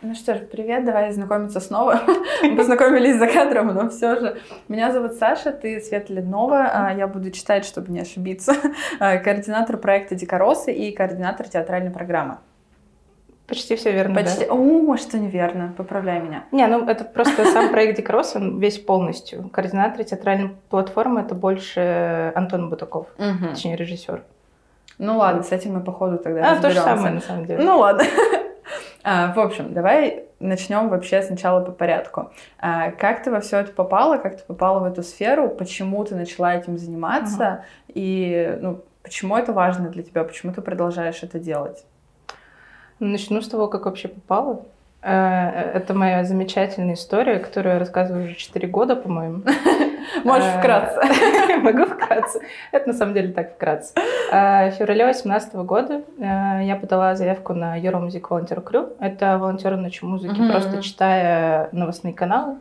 Ну что ж, привет, давай знакомиться снова. Познакомились за кадром, но все же. Меня зовут Саша, ты Света Леднова. Я буду читать, чтобы не ошибиться. Координатор проекта «Дикоросы» и координатор театральной программы. Почти все верно, Почти. Да? О, что неверно, поправляй меня. Не, ну это просто сам проект «Дикоросы», он весь полностью. Координатор театральной платформы — это больше Антон Бутаков, точнее режиссер. Ну ладно, с этим мы по ходу тогда разберемся. То же самое, на самом деле. Ну ладно. В общем, давай начнем вообще сначала по порядку. Как ты во все это попала, как ты попала в эту сферу, почему ты начала этим заниматься, и почему это важно для тебя, почему ты продолжаешь это делать? Начну с того, как вообще попала. Это моя замечательная история, которую я рассказываю уже 4 года, по-моему. Можешь вкратце. Могу вкратце. Это на самом деле так вкратце. В феврале 2018 года я подала заявку на Euromusic Volunteer Crew. Это волонтеры ночи музыки, просто читая новостные каналы.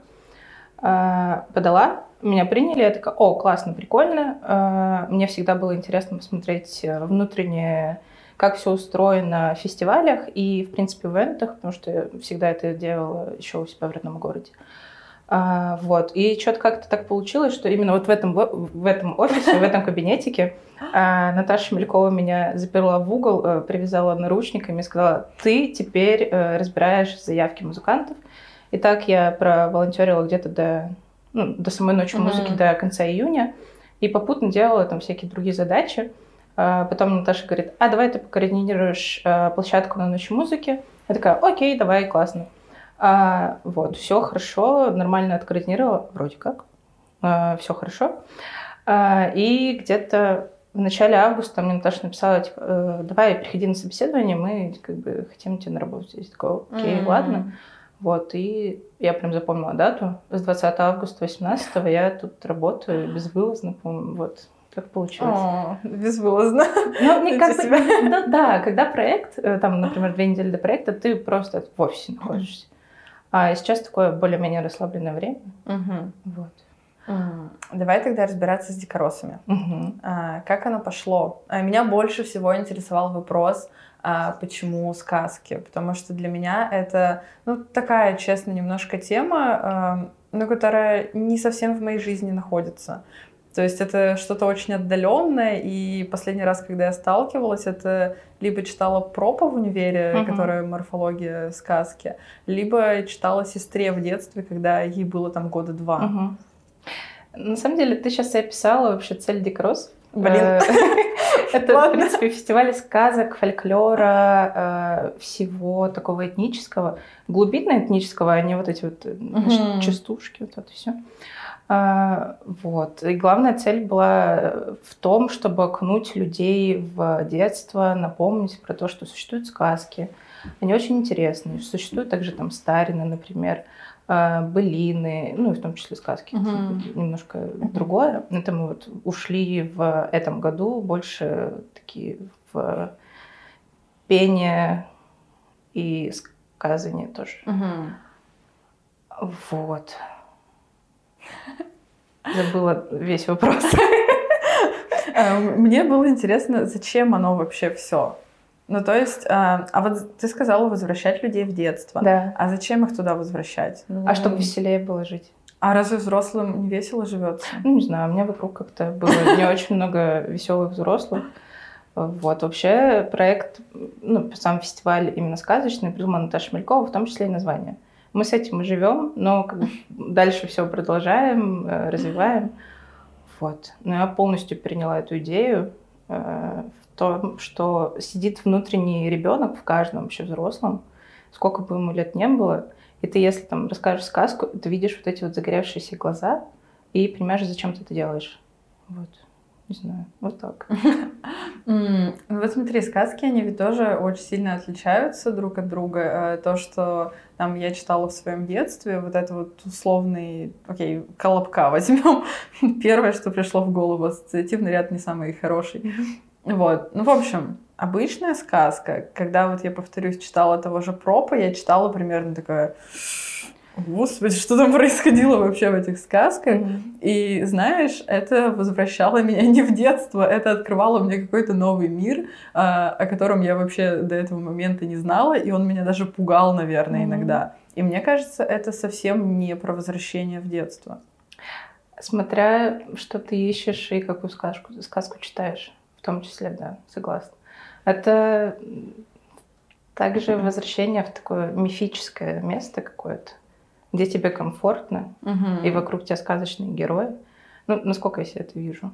Подала, меня приняли, я такая: о, классно, прикольно. Мне всегда было интересно посмотреть внутреннее, как все устроено в фестивалях и, в принципе, в ивентах, потому что я всегда это делала еще у себя в родном городе. Вот. И что-то как-то так получилось, что именно вот в этом офисе, в этом кабинетике Наташа Шмелькова меня заперла в угол, привязала наручниками и сказала: ты теперь разбираешь заявки музыкантов. И так я проволонтерила где-то до самой ночи музыки, до конца июня, и попутно делала там всякие другие задачи. Потом Наташа говорит: давай ты покоординируешь площадку на ночи музыки. Я такая: окей, давай, классно. Вот, все хорошо, нормально откоординировала, вроде как, все хорошо. И где-то в начале августа мне Наташа написала, типа: давай, приходи на собеседование, мы как бы хотим тебя на работу здесь. Я такая: окей, ладно. Вот, и я прям запомнила дату. С 20 августа 18 я тут работаю безвылазно, по-моему, вот. Как получилось. Безвылазно. Да, когда проект, там, например, 2 недели до проекта, ты просто в офисе находишься. А сейчас такое более-менее расслабленное время. Вот. Давай тогда разбираться с дикоросами. Как оно пошло? Меня больше всего интересовал вопрос, почему сказки. Потому что для меня это, такая, честно, немножко тема, которая не совсем в моей жизни находится. То есть это что-то очень отдаленное, и последний раз, когда я сталкивалась, это либо читала пропа в универе, которая морфология сказки, либо читала сестре в детстве, когда ей было там 2 года. На самом деле, ты сейчас описала вообще цель Дикорос. Блин. Это, в принципе, фестиваль сказок, фольклора, всего такого этнического, глубинно-этнического, а не вот эти вот частушки, вот это все. Вот. И главная цель была в том, чтобы окунуть людей в детство, напомнить про то, что существуют сказки. Они очень интересные. Существуют также там старины, например, былины, и в том числе сказки. Немножко другое. Это мы вот ушли в этом году больше такие в пение и сказание тоже. Вот. Забыла весь вопрос. Мне было интересно, зачем оно вообще все. То есть, вот ты сказала возвращать людей в детство. Да. А зачем их туда возвращать? Чтобы веселее было жить. А разве взрослым не весело живется? Не знаю, у меня вокруг как-то было не очень много веселых взрослых. Вот, вообще проект, сам фестиваль именно сказочный, придумал Наташа Шмелькова, в том числе и название. Мы с этим и живем, но дальше все продолжаем, развиваем. Вот. Но я полностью переняла эту идею в том, что сидит внутренний ребенок в каждом вообще взрослом, сколько бы ему лет не было, и ты, если там расскажешь сказку, ты видишь вот эти вот загоревшиеся глаза и понимаешь, зачем ты это делаешь. Вот. Не знаю, вот так. Вот смотри, сказки, они ведь тоже очень сильно отличаются друг от друга. То, что там я читала в своем детстве, вот это вот условный, Колобка возьмем. Первое, что пришло в голову, ассоциативный ряд не самый хороший. Вот, в общем, обычная сказка, когда вот я, повторюсь, читала того же пропа, я читала примерно такая: Господи, что там происходило вообще в этих сказках? И, знаешь, это возвращало меня не в детство, это открывало мне какой-то новый мир, о котором я вообще до этого момента не знала, и он меня даже пугал, наверное, иногда. И мне кажется, это совсем не про возвращение в детство. Смотря, что ты ищешь и какую сказку читаешь, в том числе, да, согласна. Это также возвращение в такое мифическое место какое-то, где тебе комфортно, и вокруг тебя сказочные герои. Ну, насколько я себе это вижу.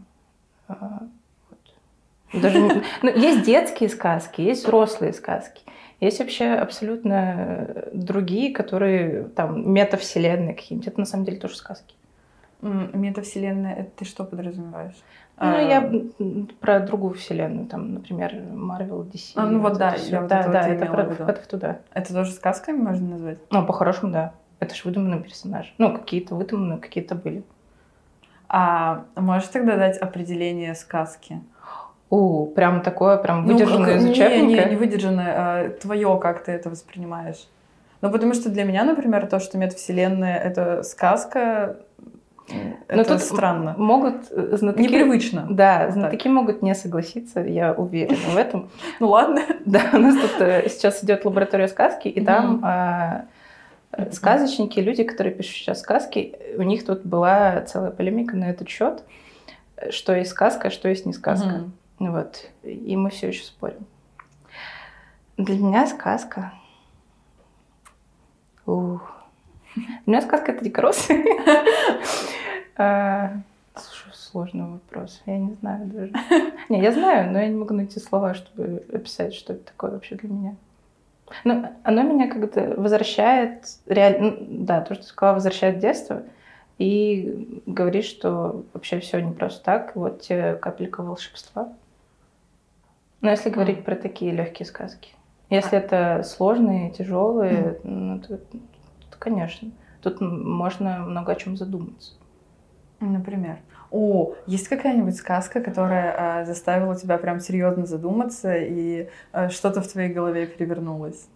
Даже, есть детские сказки, есть взрослые сказки. Есть вообще абсолютно другие, которые там метавселенные какие-нибудь. Это на самом деле тоже сказки. Метавселенная, это ты что подразумеваешь? Я про другую вселенную, там, например, Marvel, DC. Ну вот да, это туда. Это тоже сказками можно назвать? Ну, по-хорошему, да. Это же выдуманные персонажи. Ну, какие-то выдуманные, какие-то были. А можешь тогда дать определение сказки? Прям такое, прям выдержанное из учебника? Не выдержанное. Твое, как ты это воспринимаешь? Ну, потому что для меня, например, то, что метавселенная — это сказка, это тут странно. Могут знатоки... Непривычно. Да, знатоки могут не согласиться, я уверена в этом. Ну ладно. Да, у нас тут сейчас идет лаборатория сказки, и там сказочники, люди, которые пишут сейчас сказки, у них тут была целая полемика на этот счет, что есть сказка, что есть не сказка. Вот. И мы все еще спорим. Для меня сказка... Для меня сказка — это «Дикоросы». Слушай, сложный вопрос. Я не знаю даже. Не, я знаю, но я не могу найти слова, чтобы описать, что это такое вообще для меня. Но оно меня как-то возвращает... Реально, да, то, что ты сказала, возвращает в детство и говорит, что вообще все не просто так. Вот тебе капелька волшебства. Но если говорить про такие легкие сказки. Если это сложные, тяжелые, то, конечно, тут можно много о чем задуматься. Например. Есть какая-нибудь сказка, которая заставила тебя прям серьезно задуматься, и что-то в твоей голове перевернулось?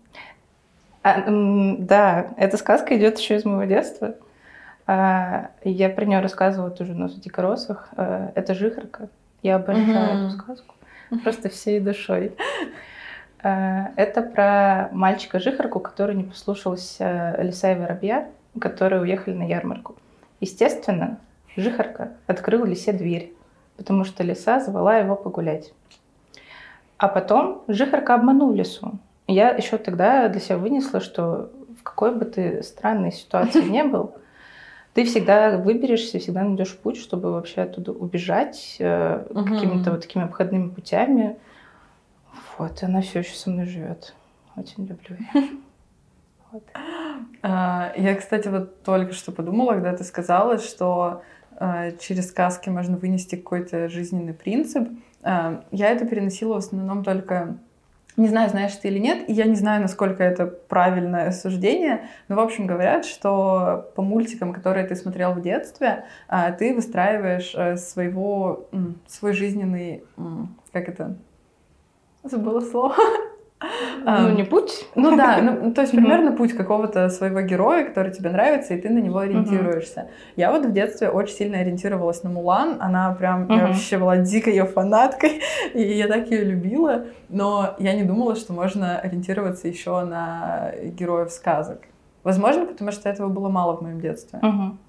Да, эта сказка идет еще из моего детства. Я про нее рассказывала тоже на «Дикоросах». Это «Жихарка». Я обожаю эту сказку. Просто всей душой. Это про мальчика-жихарку, который не послушался лиса и воробья, которые уехали на ярмарку. Естественно, жихарка открыл лисе дверь, потому что лиса звала его погулять. А потом жихарка обманул лису. Я еще тогда для себя вынесла, что в какой бы ты странной ситуации ни был, ты всегда выберешься, всегда найдешь путь, чтобы вообще оттуда убежать какими-то вот такими обходными путями. Вот, она все еще со мной живет. Очень люблю ее. Вот. Я, кстати, вот только что подумала, когда ты сказала, что через сказки можно вынести какой-то жизненный принцип. Я это переносила в основном только... Не знаю, знаешь ты или нет, и я не знаю, насколько это правильное суждение, но, в общем, говорят, что по мультикам, которые ты смотрел в детстве, ты выстраиваешь свой жизненный... Как это? Забыла слово. Не путь? Ну да, то есть примерно путь какого-то своего героя, который тебе нравится, и ты на него ориентируешься. Я вот в детстве очень сильно ориентировалась на Мулан, она прям, я вообще была дикой ее фанаткой, и я так ее любила, но я не думала, что можно ориентироваться еще на героев сказок. Возможно, потому что этого было мало в моем детстве.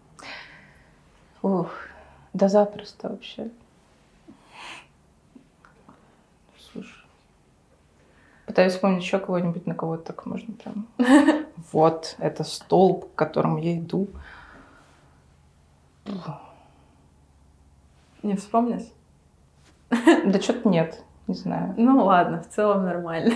Да запросто вообще. Слушай. Пытаюсь вспомнить еще кого-нибудь, на кого так можно прям... Вот, это столб, к которому я иду. Не вспомнишь? Да что-то нет, не знаю. Ну ладно, в целом нормально.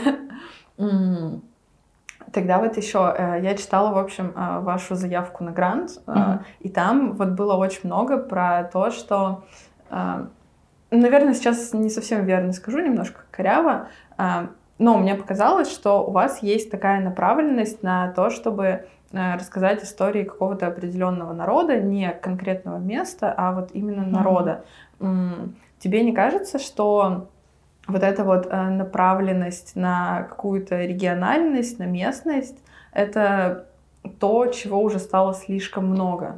Тогда вот еще я читала, в общем, вашу заявку на грант, и там вот было очень много про то, что... Наверное, сейчас не совсем верно скажу, немножко коряво, но мне показалось, что у вас есть такая направленность на то, чтобы рассказать истории какого-то определенного народа, не конкретного места, а вот именно народа. Тебе не кажется, что вот эта вот направленность на какую-то региональность, на местность, это то, чего уже стало слишком много?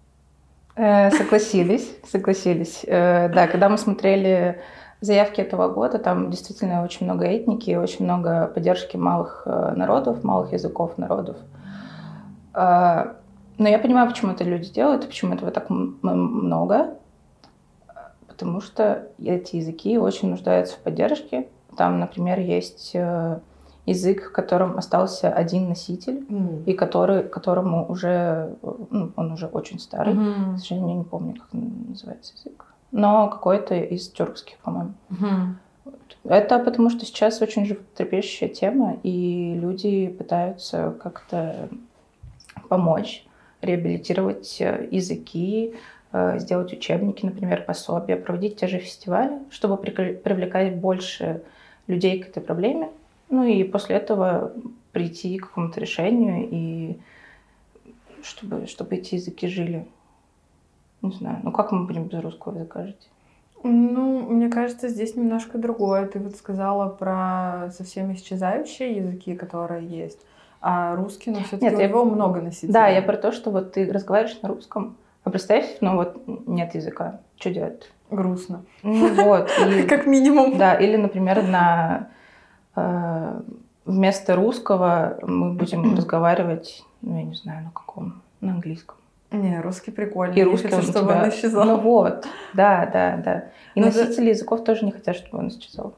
Согласились. Да, когда мы смотрели заявки этого года, там действительно очень много этники, очень много поддержки малых народов, малых языков народов. Но я понимаю, почему это люди делают, и почему этого так много. Потому что эти языки очень нуждаются в поддержке. Там, например, есть язык, в котором остался один носитель, и которому уже, он уже очень старый. К сожалению, я не помню, как называется язык. Но какой-то из тюркских, по-моему. Это потому, что сейчас очень животрепещущая тема, и люди пытаются как-то помочь реабилитировать языки, сделать учебники, например, пособия, проводить те же фестивали, чтобы привлекать больше людей к этой проблеме. Ну и после этого прийти к какому-то решению, и чтобы эти языки жили. Не знаю, как мы будем без русского языка жить? Мне кажется, здесь немножко другое. Ты вот сказала про совсем исчезающие языки, которые есть, а русский, все-таки у него много носителей. Да, я про то, что вот ты разговариваешь на русском, а представь, нет языка. Что делать? Грустно. Как минимум. Да, или, например, вместо русского мы будем разговаривать, я не знаю, на каком, на английском. Не, русский прикольный. И русский, чтобы он исчезал. Да. И носители языков тоже не хотят, чтобы он исчезал.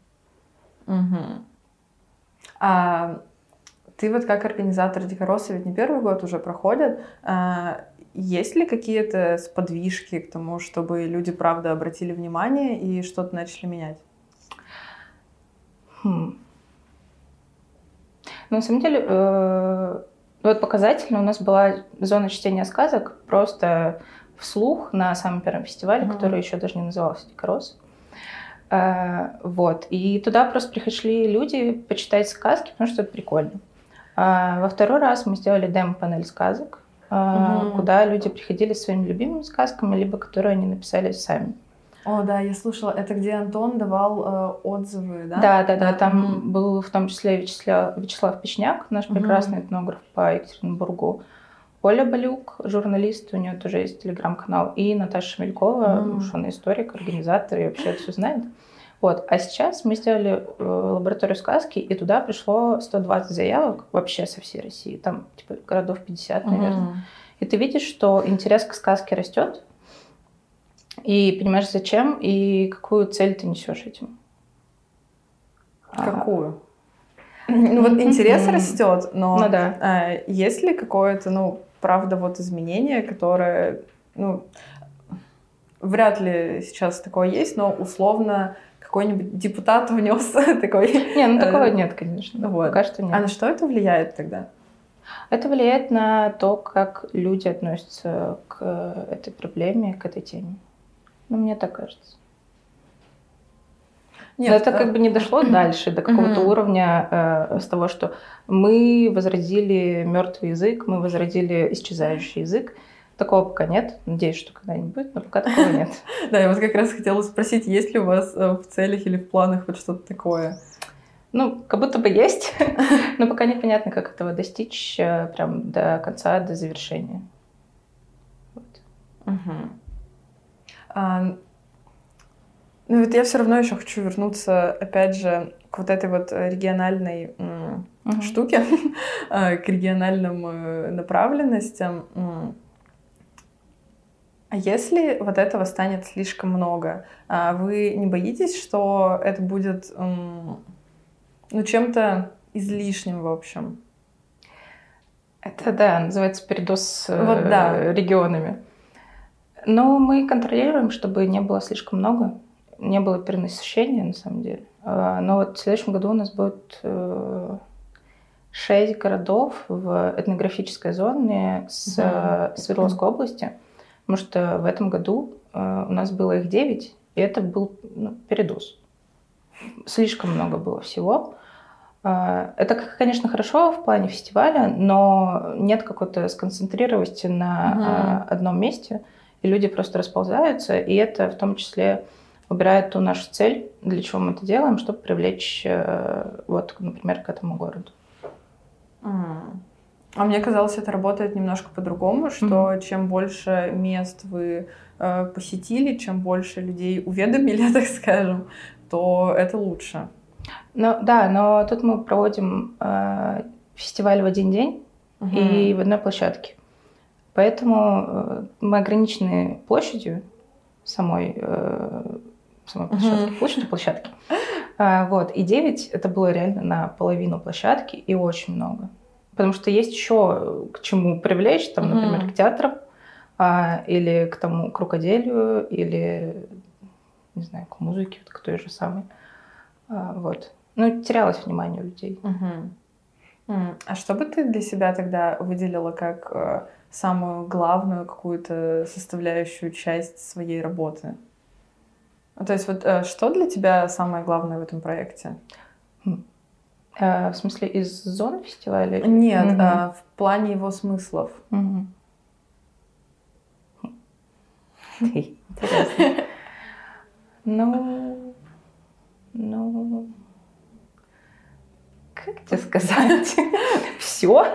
Ты вот как организатор Дикоросы, ведь не первый год уже проходят. Есть ли какие-то сподвижки к тому, чтобы люди, правда, обратили внимание и что-то начали менять? На самом деле, показательно у нас была зона чтения сказок просто вслух на самом первом фестивале, который еще даже не назывался Дикорос. И туда просто пришли люди почитать сказки, потому что это прикольно. Во второй раз мы сделали демо-панель сказок, куда люди приходили со своими любимыми сказками, либо которые они написали сами. О, да, я слушала. Это где Антон давал отзывы, да? Да. Там был в том числе Вячеслав Печняк, наш прекрасный этнограф по Екатеринбургу, Оля Балюк, журналист, у нее тоже есть телеграм-канал, и Наташа Шмелькова, она историк, организатор, и вообще это все знает. А сейчас мы сделали лабораторию сказки, и туда пришло 120 заявок вообще со всей России. Там городов 50, наверное. И ты видишь, что интерес к сказке растет, и понимаешь, зачем и какую цель ты несешь этим. Какую? Интерес растет, но да. Есть ли какое-то, правда, изменение, которое, вряд ли сейчас такое есть, но условно какой-нибудь депутат внес такой... такого нет, конечно. Пока что нет. А на что это влияет тогда? Это влияет на то, как люди относятся к этой проблеме, к этой теме. Мне так кажется. Нет, но это не дошло дальше, до какого-то уровня с того, что мы возродили мертвый язык, мы возродили исчезающий язык. Такого пока нет. Надеюсь, что когда-нибудь будет, но пока такого нет. Да, я как раз хотела спросить, есть ли у вас в целях или в планах что-то такое? Как будто бы есть, но пока непонятно, как этого достичь прям до конца, до завершения. Я все равно еще хочу вернуться, опять же, к этой региональной штуке, к региональным направленностям. А если этого станет слишком много, вы не боитесь, что это будет чем-то излишним, в общем? Это, называется передоз регионами. Но мы контролируем, чтобы не было слишком много, не было перенасыщения, на самом деле. Но в следующем году у нас будет 6 городов в этнографической зоне Свердловской области, потому что в этом году у нас было их 9, и это был передоз. Слишком много было всего. Это, конечно, хорошо в плане фестиваля, но нет какой-то сконцентрированности на одном месте, и люди просто расползаются, и это в том числе убирает ту нашу цель, для чего мы это делаем, чтобы привлечь, например, к этому городу. А мне казалось, это работает немножко по-другому, что чем больше мест вы посетили, чем больше людей уведомили, так скажем, то это лучше. Ну, да, но тут мы проводим фестиваль в один день и в одной площадке. Поэтому мы ограничены площадью самой площадки, площадью площадки. Вот. И 9 это было реально на половину площадки и очень много. Потому что есть еще к чему привлечь, там, например, к театрам, или к рукоделию, или, не знаю, к музыке, к той же самой. Вот. Ну, терялось внимание у людей. А что бы ты для себя тогда выделила как самую главную какую-то составляющую часть своей работы? То есть вот что для тебя самое главное в этом проекте? В смысле, из зон фестиваля? Нет, в плане его смыслов. Интересно. Ну, как тебе сказать? Все.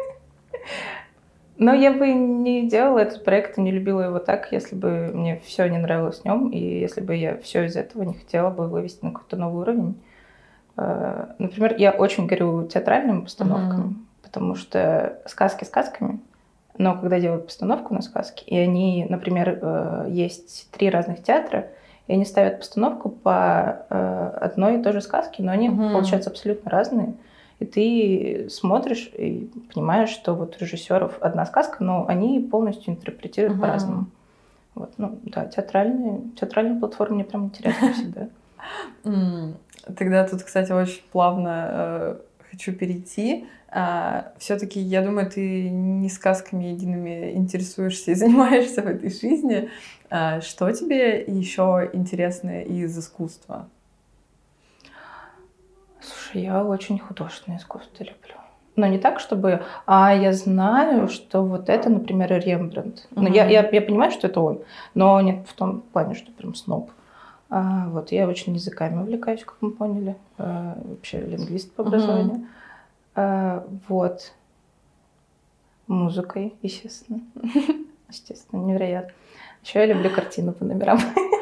Но я бы не делала этот проект и не любила его так, если бы мне все не нравилось в нем, и если бы я все из этого не хотела бы вывести на какой-то новый уровень. Например, я очень горю театральными постановками, потому что сказки сказками, но когда делают постановку на сказки, и они, например, есть 3 разных театра, и они ставят постановку по одной и той же сказке, но они получаются абсолютно разные. И ты смотришь и понимаешь, что вот у режиссеров одна сказка, но они полностью интерпретируют по-разному. Вот, ну да, театральные платформы мне прям интересны всегда. Тогда тут, кстати, очень плавно хочу перейти. Все-таки, я думаю, ты не сказками едиными интересуешься и занимаешься в этой жизни. Что тебе еще интересно из искусства? Слушай, я очень художественное искусство люблю. Но не так, чтобы... я знаю, что вот это, например, Рембрандт. Ну, я понимаю, что это он, но не в том плане, что прям сноб. Вот, я очень языками увлекаюсь, как мы поняли. Вообще лингвист по образованию. Вот. Музыкой, естественно. Естественно, невероятно. Еще я люблю картины по номерам.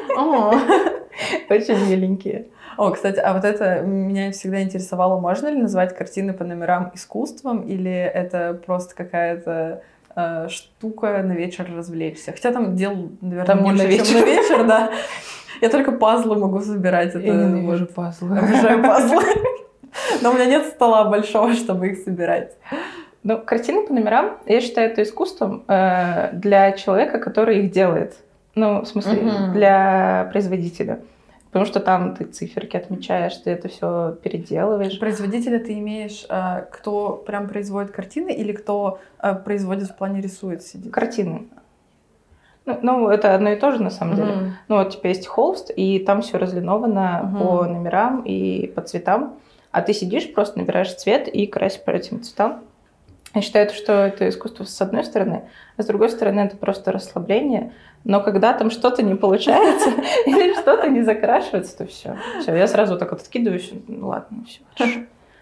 Очень миленькие. Кстати, а вот это меня всегда интересовало, можно ли назвать картины по номерам искусством, или это просто какая-то штука на вечер развлечься? Хотя там дел, наверное, там больше, не чем на вечер, да. Я только пазлы могу собирать. Я ненавижу пазлы. Обожаю пазлы. Но у меня нет стола большого, чтобы их собирать. Ну, картины по номерам, я считаю, это искусством для человека, который их делает. Ну, в смысле, для производителя. Потому что там ты циферки отмечаешь, ты это все переделываешь. Производителя ты имеешь, кто прям производит картины или кто производит в плане рисует, сидит? Картины. Ну, это одно и то же, на самом деле. Ну, вот у тебя есть холст, и там все разлиновано по номерам и по цветам. А ты сидишь, просто набираешь цвет и красишь по этим цветам. Я считаю, что это искусство с одной стороны, а с другой стороны это просто расслабление. Но когда там что-то не получается или что-то не закрашивается, то все. Я сразу так вот откидываюсь. Ну ладно, все хорошо.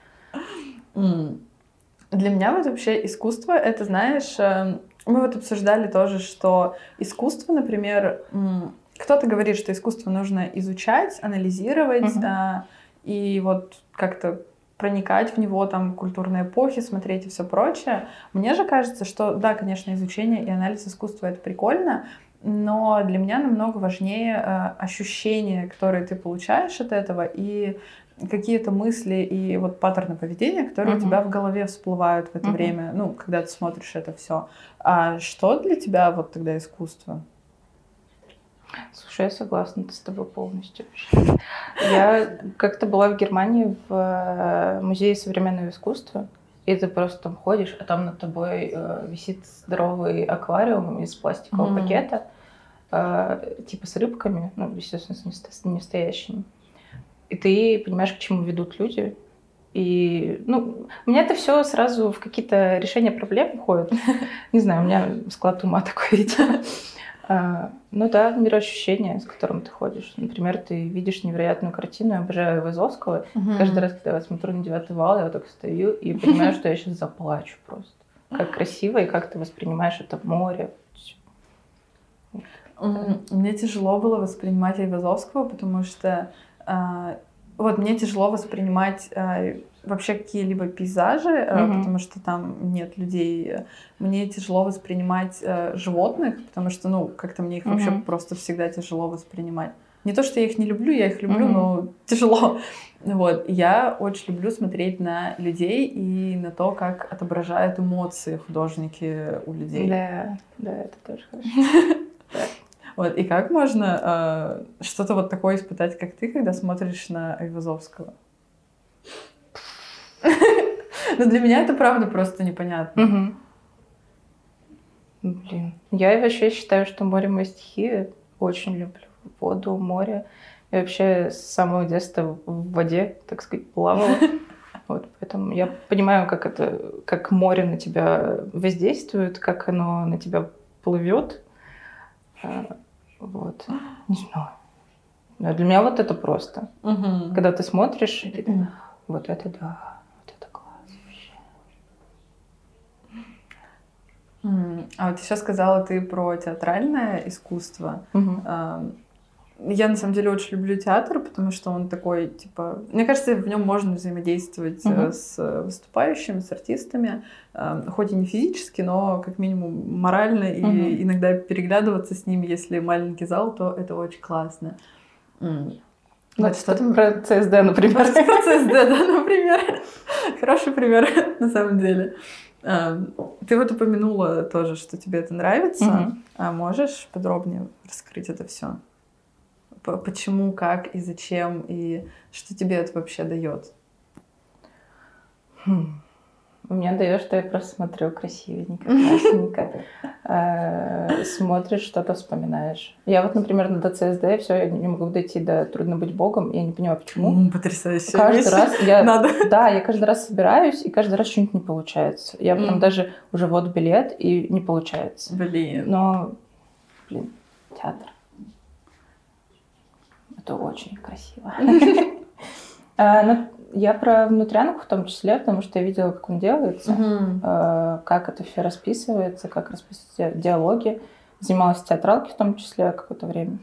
Для меня вот вообще искусство, это, знаешь, мы вот обсуждали тоже, что искусство, например, кто-то говорит, что искусство нужно изучать, анализировать и вот как-то проникать в него, там, культурные эпохи, смотреть и все прочее. Мне же кажется, что, да, конечно, изучение и анализ искусства — это прикольно, но для меня намного важнее ощущения, которые ты получаешь от этого, и какие-то мысли и вот паттерны поведения, которые у тебя в голове всплывают в это время, ну, когда ты смотришь это все. А что для тебя вот тогда искусство? Слушай, я согласна с тобой полностью. Я как-то была в Германии в музее современного искусства, и ты просто там ходишь, а там над тобой висит здоровый аквариум из пластикового пакета, типа с рыбками, ну, естественно, не настоящими. И ты понимаешь, к чему ведут люди. И, ну, у меня это все сразу в какие-то решения проблем уходит. Не знаю, у меня склад ума такой, видимо. Ну да, мироощущение, с которым ты ходишь. Например, ты видишь невероятную картину, я обожаю Высоцкого. Каждый раз, когда я смотрю на 9 вал, я вот так стою и понимаю, что я сейчас заплачу просто. как красиво и как ты воспринимаешь это море. Мне тяжело было воспринимать Айвазовского, потому что вот мне тяжело воспринимать вообще какие-либо пейзажи, потому что там нет людей. Мне тяжело воспринимать животных, потому что, ну, как-то мне их вообще просто всегда тяжело воспринимать. Не то, что я их не люблю, я их люблю, но тяжело. Вот. Я очень люблю смотреть на людей и на то, как отображают эмоции художники у людей. Да, это тоже хорошо. Вот. И как можно что-то вот такое испытать, как ты, когда смотришь на Айвазовского? Но для меня это правда просто непонятно. Блин. Я вообще считаю, что море моей стихии. Очень люблю воду, море. Я вообще с самого детства в воде, так сказать, плавала. Вот, поэтому я понимаю, как море на тебя воздействует, как оно на тебя плывет. Вот. Не знаю. Но для меня вот это просто. Когда ты смотришь, и ты, вот это да, вот это класс вообще. А вот еще сказала ты про театральное искусство. Я, на самом деле, очень люблю театр, потому что он такой, типа... Мне кажется, в нем можно взаимодействовать с выступающими, с артистами. Хоть и не физически, но как минимум морально. И иногда переглядываться с ними, если маленький зал, то это очень классно. Вот что там про ЦСД, например. Про ЦСД, да, например. Хороший пример, на самом деле. Ты вот упомянула тоже, что тебе это нравится. А можешь подробнее раскрыть это все? Почему, как и зачем, и что тебе это вообще дает? Мне дает, что я просто смотрю красивенько, красненько. Смотришь, что-то вспоминаешь. Я вот, например, на ДЦСД все, я не могу дойти до «Трудно быть Богом», я не понимаю, почему. Потрясающе. Каждый раз я каждый раз собираюсь, и каждый раз что-нибудь не получается. Я прям даже уже вот билет, и не получается. Но, театр. Это очень красиво. Я про внутрянку в том числе, потому что я видела, как он делается, как это все расписывается, как расписываются диалоги. Занималась в театралке в том числе какое-то время.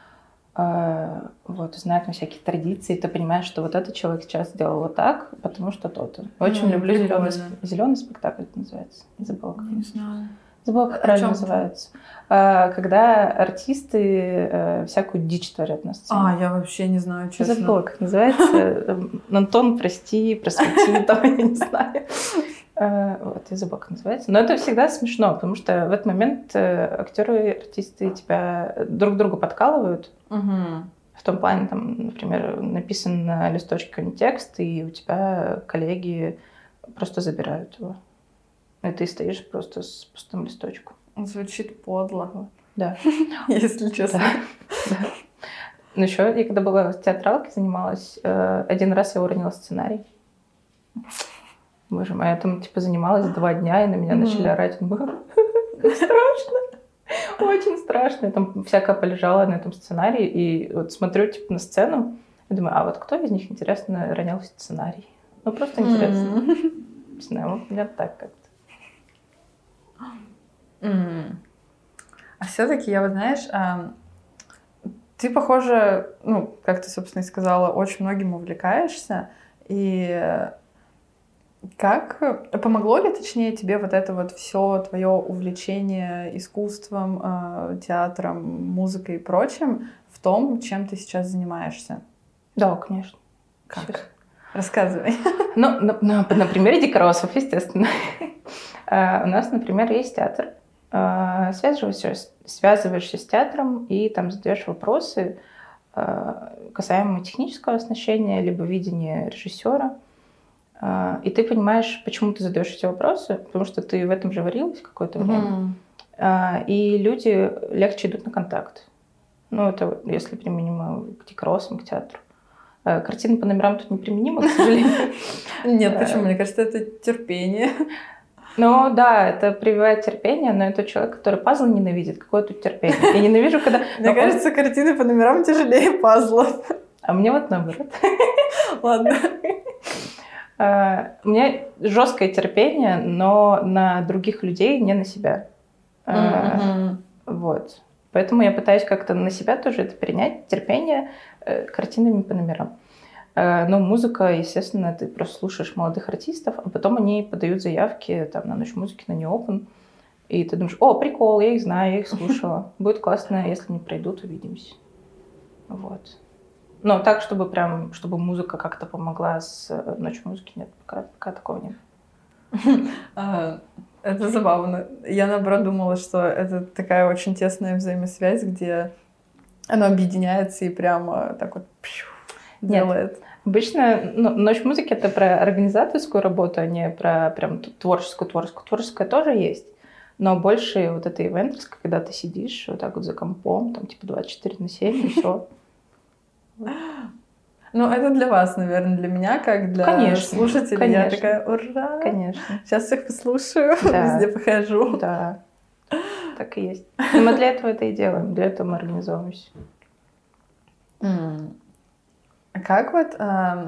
Вот, знаю там всякие традиции. Ты понимаешь, что вот этот человек сейчас сделал вот так, потому что то-то. Очень люблю зеленый спектакль, это называется. Не забыла, как. Не знаю. Забыла, как правильно называется. Когда артисты всякую дичь творят на сцене. Я вообще не знаю, честно. Забыла, как называется. Антон, прости, просвети, там, я не знаю. Вот, я забыла, как называется. Но это всегда смешно, потому что в этот момент актеры, артисты тебя друг другу подкалывают. В том плане, там, например, написан на листочке какой-нибудь текст, и у тебя коллеги просто забирают его. И ты стоишь просто с пустым листочком. Звучит подло. Да. Если честно. Да. Ну еще, я когда была в театралке, занималась, один раз я уронила сценарий. Боже мой, я там типа занималась 2 дня, и на меня начали орать. Страшно. Очень страшно. Я там всякое полежала на этом сценарии, и вот смотрю типа на сцену, и думаю, а вот кто из них, интересно, ронял сценарий? Ну, просто интересно. Не знаю, вот меня так как-то. А все-таки я вот, знаешь, ты, похоже, ну, как ты, собственно, и сказала, очень многим увлекаешься. И как помогло ли, точнее, тебе вот это вот все твое увлечение искусством, театром, музыкой и прочим в том, чем ты сейчас занимаешься? Да, конечно. Как? Сейчас. Рассказывай. Ну, на примере Дикоросов, естественно. У нас, например, есть театр. Связываешься с театром и там задаешь вопросы касаемо технического оснащения либо видения режиссера. И ты понимаешь, почему ты задаешь эти вопросы, потому что ты в этом же варилась какое-то время. И люди легче идут на контакт. Ну, это если применимо к Дикоросам, к театру. Картины по номерам тут неприменимы, к сожалению. Нет, почему? Мне кажется, это терпение. Ну да, это прививает терпение, но это человек, который пазл ненавидит. Какое тут терпение? Я ненавижу, когда... Мне кажется, картины по номерам тяжелее пазлов. А мне вот наоборот. Ладно. У меня жесткое терпение, но на других людей, не на себя. Вот. Поэтому я пытаюсь как-то на себя тоже это перенять, терпение картинами по номерам. Но музыка, естественно, ты просто слушаешь молодых артистов, а потом они подают заявки там, на Ночь музыки, на Неопен. И ты думаешь, о, прикол, я их знаю, я их слушала. Будет классно, если не пройдут, увидимся. Вот. Но так, чтобы прям, чтобы музыка как-то помогла с Ночью музыки, нет, пока такого нет. Это забавно. Я, наоборот, думала, что это такая очень тесная взаимосвязь, где оно объединяется и прямо так вот делает. Нет. Обычно Ночь музыки — это про организаторскую работу, а не про прям творческую. Творческая тоже есть. Но больше вот это ивентерское, когда ты сидишь вот так вот за компом, там типа 24/7 и все. Ну, это для вас, наверное, для меня, как для слушателей. Конечно. Я такая, ура! Конечно. Сейчас всех послушаю, везде похожу. Да, так и есть. И мы для этого это и делаем, для этого мы организовываемся. Как вот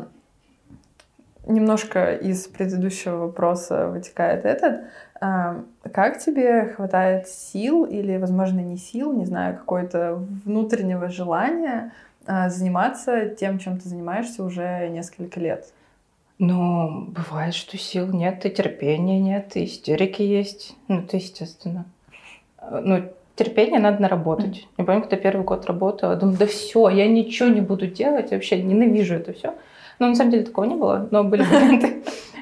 немножко из предыдущего вопроса вытекает этот. Как тебе хватает сил или, возможно, не сил, не знаю, какое-то внутреннего желания заниматься тем, чем ты занимаешься уже несколько лет? Ну, бывает, что сил нет, и терпения нет, и истерики есть. Ну, это естественно. Ну, терпение надо наработать. Я помню, когда первый год работала, думаю, да все, я ничего не буду делать, вообще ненавижу это все. Но на самом деле такого не было, но были моменты.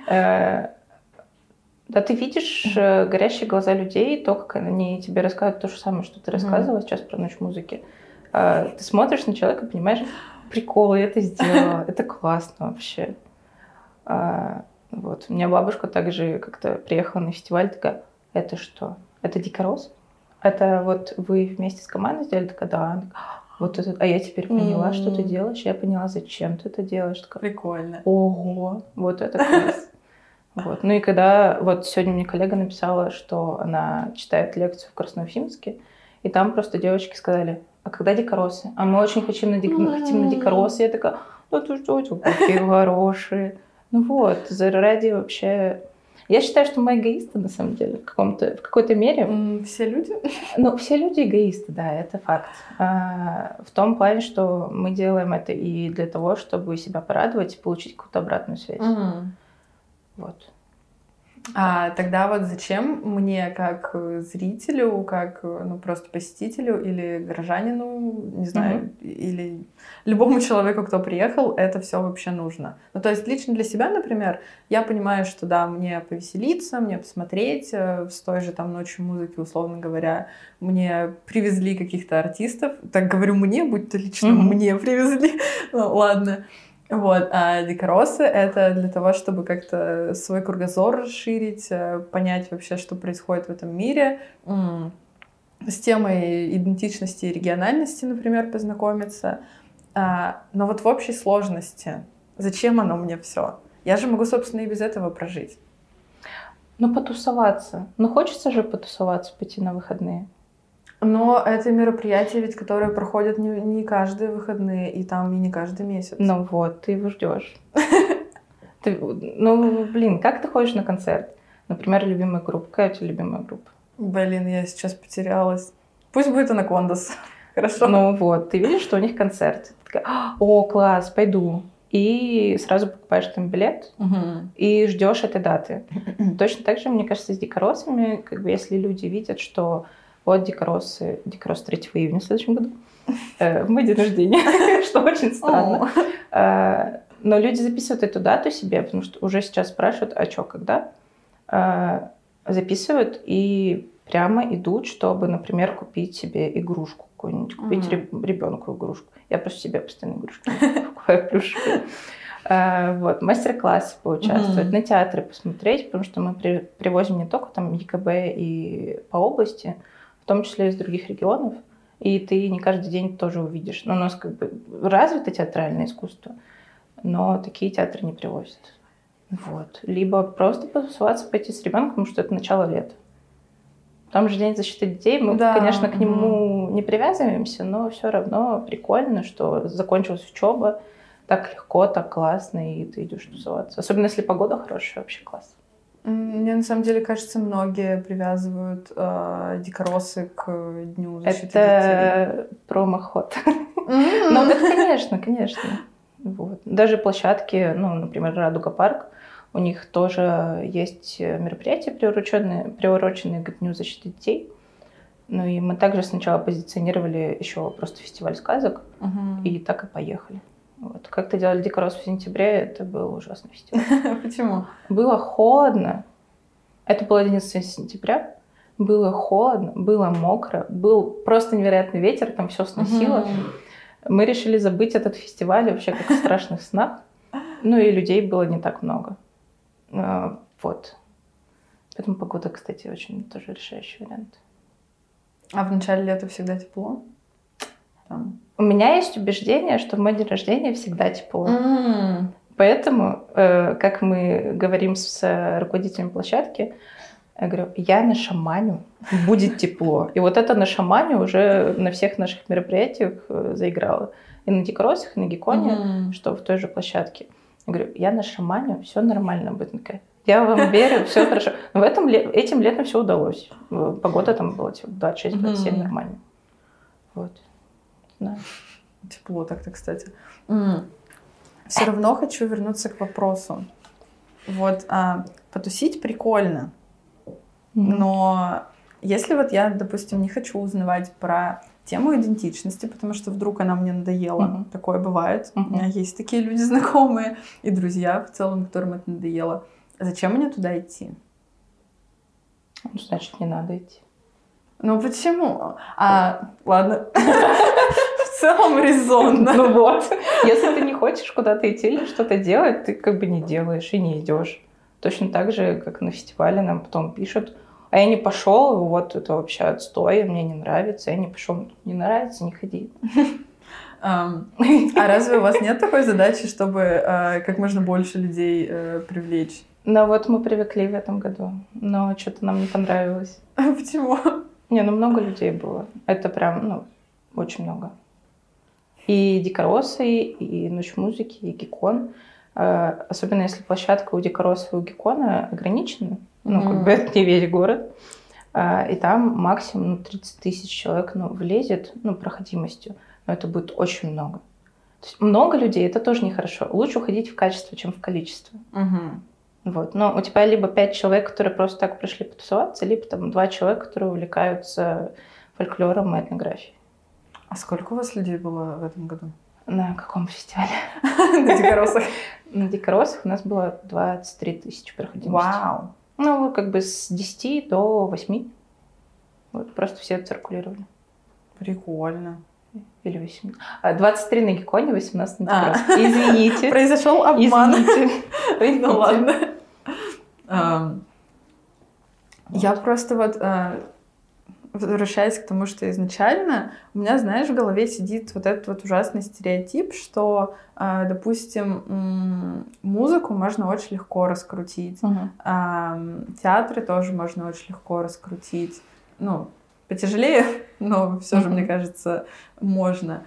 Да, ты видишь горящие глаза людей, то, как они тебе рассказывают то же самое, что ты рассказывала сейчас про Ночь музыки. Ты смотришь на человека, понимаешь, прикол, я это сделала, это классно вообще. Вот. У меня бабушка также как-то приехала на фестиваль, такая, это что? Это Дикорос? Это вот вы вместе с командой сделали? Такая, да. Вот это, а я теперь поняла, что ты делаешь, я поняла, зачем ты это делаешь. Такая, прикольно. Ого, вот это класс. Вот. Ну и когда вот сегодня мне коллега написала, что она читает лекцию в Красноуфимске, и там просто девочки сказали, а когда Дикоросы? А мы очень хотим на Дикоросы. Я такая, ну ты что, какие хорошие. Ну вот, заради вообще... Я считаю, что мы эгоисты, на самом деле, в какой-то мере. Все люди? Ну, все люди эгоисты, да, это факт. В том плане, что мы делаем это и для того, чтобы себя порадовать и получить какую-то обратную связь. Вот. Тогда вот зачем мне, как зрителю, как просто посетителю или горожанину, не знаю, или любому человеку, кто приехал, это все вообще нужно? Ну, то есть лично для себя, например, я понимаю, что да, мне повеселиться, мне посмотреть, с той же там Ночью музыки, условно говоря, мне привезли каких-то артистов, так говорю мне, будь то лично мне привезли, ну, ладно. Вот, а Дикоросы — это для того, чтобы как-то свой кругозор расширить, понять вообще, что происходит в этом мире, с темой идентичности и региональности, например, познакомиться. Но вот в общей сложности, зачем оно мне все? Я же могу, собственно, и без этого прожить. Ну, потусоваться. Ну, хочется же потусоваться, пойти на выходные. Но это мероприятие, ведь, которое проходит не каждые выходные, и там и не каждый месяц. Ну вот, ты его ждешь. Ну, блин, как ты ходишь на концерт? Например, любимая группа. Какая у тебя любимая группа? Блин, я сейчас потерялась. Пусть будет Анакондас. Хорошо. Ну вот, ты видишь, что у них концерт. Ты такая, о, класс, пойду. И сразу покупаешь там билет и ждешь этой даты. Точно так же, мне кажется, с Дикоросами, как бы если люди видят, что вот Дикорос 3 июня в следующем году, в мой день рождения, что очень странно. Но люди записывают эту дату себе, потому что уже сейчас спрашивают, а что, когда? Записывают и прямо идут, чтобы, например, купить себе игрушку какую-нибудь, купить ребенку игрушку. Я просто себе постоянно игрушки покупаю плюшевые. Вот, мастер-классы поучаствовать, на театры посмотреть, потому что мы привозим не только там ЕКБ и по области, в том числе из других регионов, и ты не каждый день тоже увидишь. Но у нас как бы развито театральное искусство, но такие театры не привозят. Вот. Либо просто потусоваться, пойти с ребенком, потому что это начало лета. Там же День защиты детей, мы, конечно, к нему не привязываемся, но все равно прикольно, что закончилась учеба, так легко, так классно, и ты идешь тусоваться. Особенно если погода хорошая, вообще класс. Мне на самом деле кажется, многие привязывают дикоросы к Дню защиты детей. Это промоход. Ну, это, конечно. Вот. Даже площадки, ну, например, Радуга парк, у них тоже есть мероприятия, приуроченные к Дню защиты детей. Ну и мы также сначала позиционировали еще просто фестиваль сказок, и так и поехали. Вот. Как-то делали Дикорос в сентябре, это был ужасный фестиваль. Почему? Было холодно. Это был 11 сентября. Было холодно, было мокро, был просто невероятный ветер, там все сносило. Мы решили забыть этот фестиваль вообще как в страшных снах. Ну и людей было не так много. Вот. Поэтому погода, кстати, очень тоже решающий вариант. А в начале лета всегда тепло? Там. У меня есть убеждение, что в мой день рождения всегда тепло. Поэтому, как мы говорим с руководителем площадки, я говорю, я нашаманю, будет тепло. И вот это нашаманю уже на всех наших мероприятиях заиграло. И на Дикоросах, и на Гиконе, что в той же площадке. Я говорю, я нашаманю, все нормально будет. Я вам верю, все хорошо. Но этим летом все удалось. Погода там была 26-27, нормально. Вот. Да. Тепло так-то, кстати. Все равно хочу вернуться к вопросу. Вот, потусить прикольно. Но если вот я, допустим, не хочу узнавать про тему идентичности, потому что вдруг она мне надоела, такое бывает. У меня есть такие люди знакомые и друзья в целом, которым это надоело. Зачем мне туда идти? Ну, значит, не надо идти. Ну почему? Ладно. В целом резонно. Ну вот. Если ты не хочешь куда-то идти или что-то делать, ты как бы не делаешь и не идешь. Точно так же, как на фестивале нам потом пишут, а я не пошел, вот это вообще отстой, мне не нравится, я не пошел, не нравится, не ходи. А разве у вас нет такой задачи, чтобы как можно больше людей привлечь? Ну вот мы привыкли в этом году, но что-то нам не понравилось. Почему? Не, ну много людей было. Это прям, очень много. И Дикоросы, и Ночь музыки, и Гикон. Особенно если площадка у Дикоросов и у Гикона ограничена. Как бы это не весь город. И там максимум 30 тысяч человек влезет, проходимостью. Но это будет очень много. То есть много людей, это тоже нехорошо. Лучше уходить в качество, чем в количество. Вот. Но у тебя либо 5 человек, которые просто так пришли потусоваться, либо там 2 человека, которые увлекаются фольклором и этнографией. А сколько у вас людей было в этом году? На каком фестивале? На Дикоросах. На Дикоросах у нас было 23 тысячи проходимости. Вау! Как бы с 10 до 8. Вот, просто все циркулировали. Прикольно. Или 8. 23 на Гиконе, 18 на Дикоросах. Извините. Произошел обман. Извините. Ну ладно. Я просто возвращаясь к тому, что изначально, у меня, знаешь, в голове сидит вот этот ужасный стереотип, что, допустим, музыку можно очень легко раскрутить, театры тоже можно очень легко раскрутить. Потяжелее, но все же, мне кажется, можно.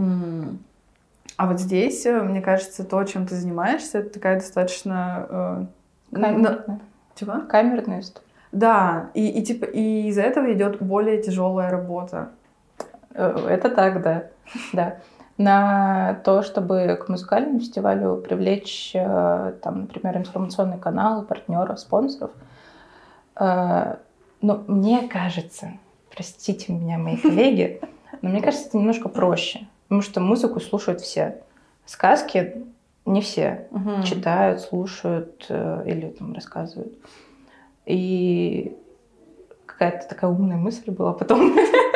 А вот здесь, мне кажется, то, чем ты занимаешься, это такая достаточно... Камерная. Чего? Камерная история. Да, и из-за этого идет более тяжелая работа. Это так, да. На то, чтобы к музыкальному фестивалю привлечь, там, например, информационный канал, партнеров, спонсоров, мне кажется, простите меня, мои коллеги, но мне кажется, это немножко проще, потому что музыку слушают все. Сказки не все читают, слушают или там рассказывают. И какая-то такая умная мысль была потом.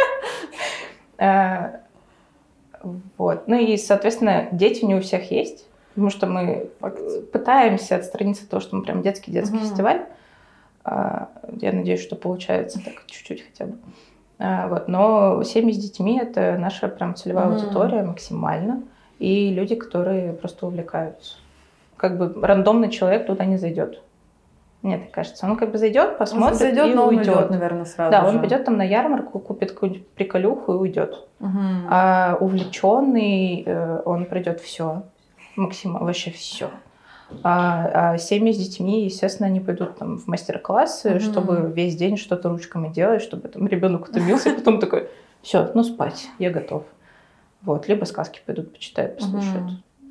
Вот. И, соответственно, дети не у всех есть, потому что мы пытаемся отстраниться от того, что мы прям детский фестиваль. Я надеюсь, что получается так чуть-чуть хотя бы. Вот. Но семьи с детьми — это наша прям целевая аудитория максимально. И люди, которые просто увлекаются. Как бы рандомный человек туда не зайдет. Мне так кажется. Он как бы зайдет, посмотрит и уйдет. Наверное, сразу да, же. Он пойдет там на ярмарку, купит какую-нибудь приколюху и уйдет. А увлеченный, он пройдет все. максимально вообще все. А семьи с детьми, естественно, они пойдут там в мастер-классы, чтобы весь день что-то ручками делать, чтобы там ребенок утомился, и потом такой: все, ну спать, я готов. Вот, либо сказки пойдут почитают, послушают.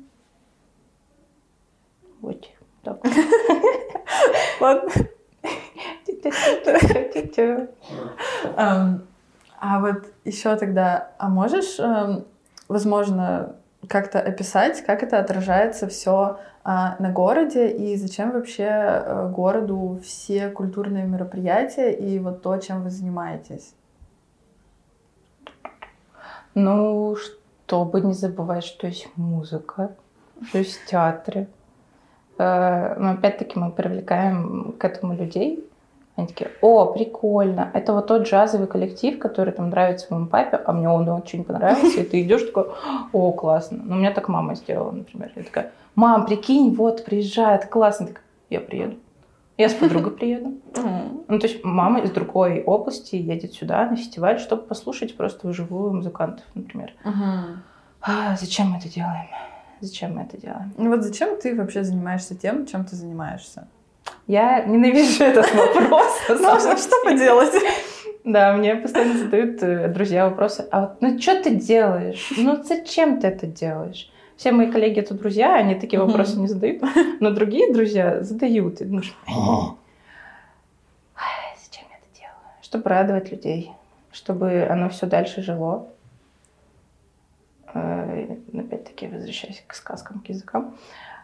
Вот, так. Ладно. А вот еще тогда, можешь, возможно, как-то описать, как это отражается все на городе и зачем вообще городу все культурные мероприятия и вот то, чем вы занимаетесь? Ну, чтобы не забывать, что есть музыка, что есть театры. Но опять-таки мы привлекаем к этому людей. Они такие: о, прикольно, это вот тот джазовый коллектив, который там нравится моему папе, а мне он очень понравился, и ты идешь такой: о, классно. Ну, у меня так мама сделала, например. Я такая: мам, прикинь, вот, приезжает, классно. Так, я приеду. Я с подругой приеду. Ну, то есть мама из другой области едет сюда на фестиваль, чтобы послушать просто вживую музыкантов, например. Зачем мы это делаем? Зачем мы это делаем? Ну вот зачем ты вообще занимаешься тем, чем ты занимаешься? Я ненавижу этот вопрос. Ну, что поделать? Да, мне постоянно задают друзья вопросы: а вот, ну что ты делаешь? Ну зачем ты это делаешь? Все мои коллеги — это друзья, они такие вопросы не задают, но другие друзья задают. И думаешь: зачем я это делаю? Чтобы радовать людей, чтобы оно все дальше жило. Опять-таки, возвращаясь к сказкам, к языкам.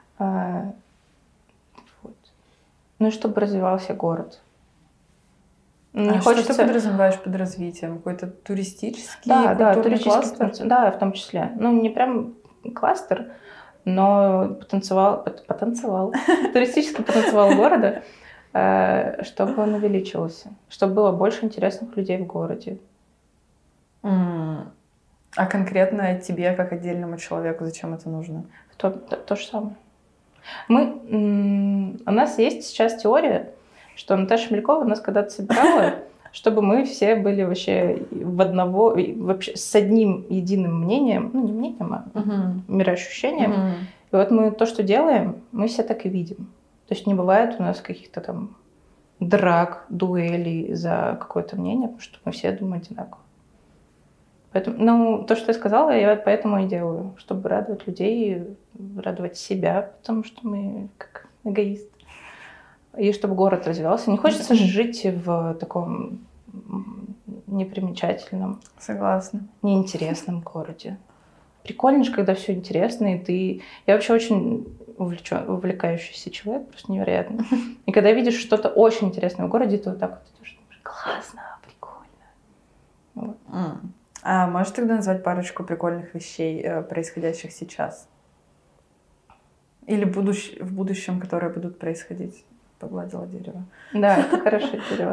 Вот. Ну и чтобы развивался город. Не хочется... Что ты подразумеваешь под развитием? Какой-то туристический, культурный кластер? Да, в том числе. Ну, не прям кластер, но потенциал, туристический потенциал города, чтобы он увеличился, чтобы было больше интересных людей в городе. А конкретно тебе, как отдельному человеку, зачем это нужно? То же самое. У нас есть сейчас теория, что Наташа Мелькова нас когда-то собирала, чтобы мы все были вообще вообще с одним единым мнением, ну не мнением, а мироощущением. И вот мы то, что делаем, мы все так и видим. То есть не бывает у нас каких-то там драк, дуэлей за какое-то мнение, потому что мы все думаем одинаково. Поэтому, ну, то, что я сказала, я поэтому и делаю, чтобы радовать людей, радовать себя, потому что мы как эгоисты. И чтобы город развивался. Не хочется же жить в таком непримечательном, согласна, неинтересном городе. Прикольно же, когда все интересно, и ты... Я вообще очень увлекающийся человек, просто невероятно. И когда видишь что-то очень интересное в городе, то вот так вот идешь: классно, прикольно. Вот. А можешь тогда назвать парочку прикольных вещей, происходящих сейчас? Или в будущем, которые будут происходить? Погладила дерево. Да, это хорошее дерево.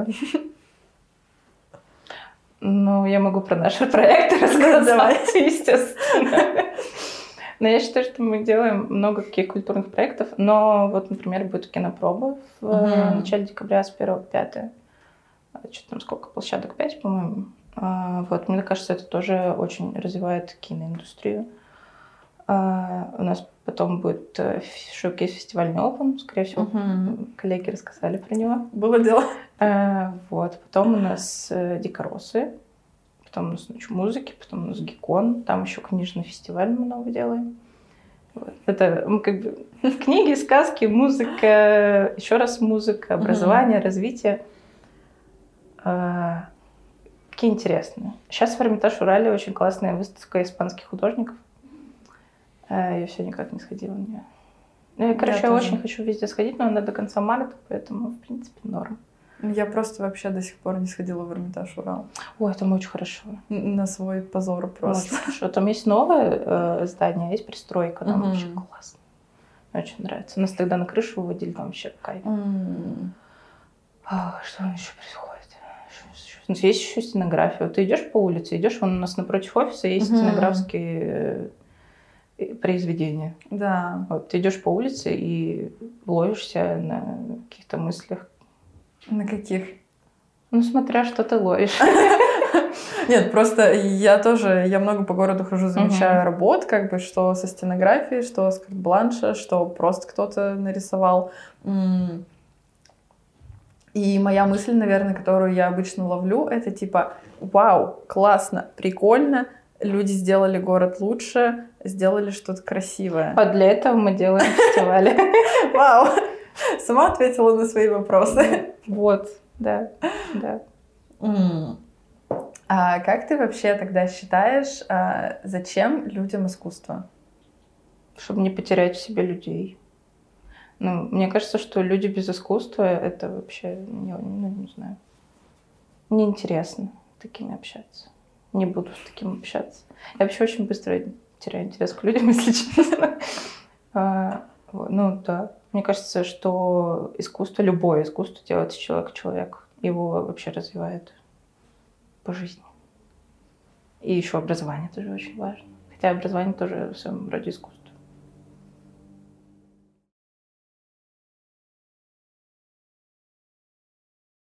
Ну, я могу про наши проекты рассказать, естественно. Но я считаю, что мы делаем много каких культурных проектов. Но вот, например, будет кинопроба в начале декабря с 1 по 5. Что-то там сколько? Площадок 5, по-моему. Вот, мне кажется, это тоже очень развивает киноиндустрию. У нас потом будет шоу-кейс фестивальный Open, скорее всего, коллеги рассказали про него. Было дело. Вот, потом у нас Дикоросы, потом у нас Ночь музыки, потом у нас Гикон, там еще книжный фестиваль мы много делаем. Вот. Это как бы книги, сказки, музыка, еще раз музыка, образование, развитие. Какие интересные. Сейчас в Эрмитаж Урале очень классная выставка испанских художников. Я все никак не сходила на нее. Ну, я очень хочу везде сходить, но она до конца марта, поэтому, в принципе, норм. Я просто вообще до сих пор не сходила в Эрмитаж Урал. Ой, там очень хорошо. На свой позор просто. Очень хорошо. Там есть новое здание, есть пристройка, там вообще классно. Мне очень нравится. Нас тогда на крышу выводили, там вообще кайф. Что еще происходит? Есть еще стенография. Вот ты идешь по улице, идешь, вон у нас напротив офиса есть стенографские произведения. Да. Вот ты идешь по улице и ловишься на каких-то мыслях. На каких? Ну, смотря что ты ловишь. Нет, просто я много по городу хожу, замечаю работ, как бы, что со стенографией, что с карт-бланша, что просто кто-то нарисовал. И моя мысль, наверное, которую я обычно ловлю, это типа, вау, классно, прикольно, люди сделали город лучше, сделали что-то красивое. А для этого мы делаем фестивали. Вау, сама ответила на свои вопросы. Вот, да. А как ты вообще тогда считаешь, зачем людям искусство? Чтобы не потерять в себе людей. Мне кажется, что люди без искусства это вообще, не знаю, неинтересно такими общаться. Не буду с таким общаться. Я вообще очень быстро теряю интерес к людям, если честно. Да. Мне кажется, что любое искусство делает из человека человека. Его вообще развивает по жизни. И еще образование тоже очень важно. Хотя образование тоже в своем роде искусство.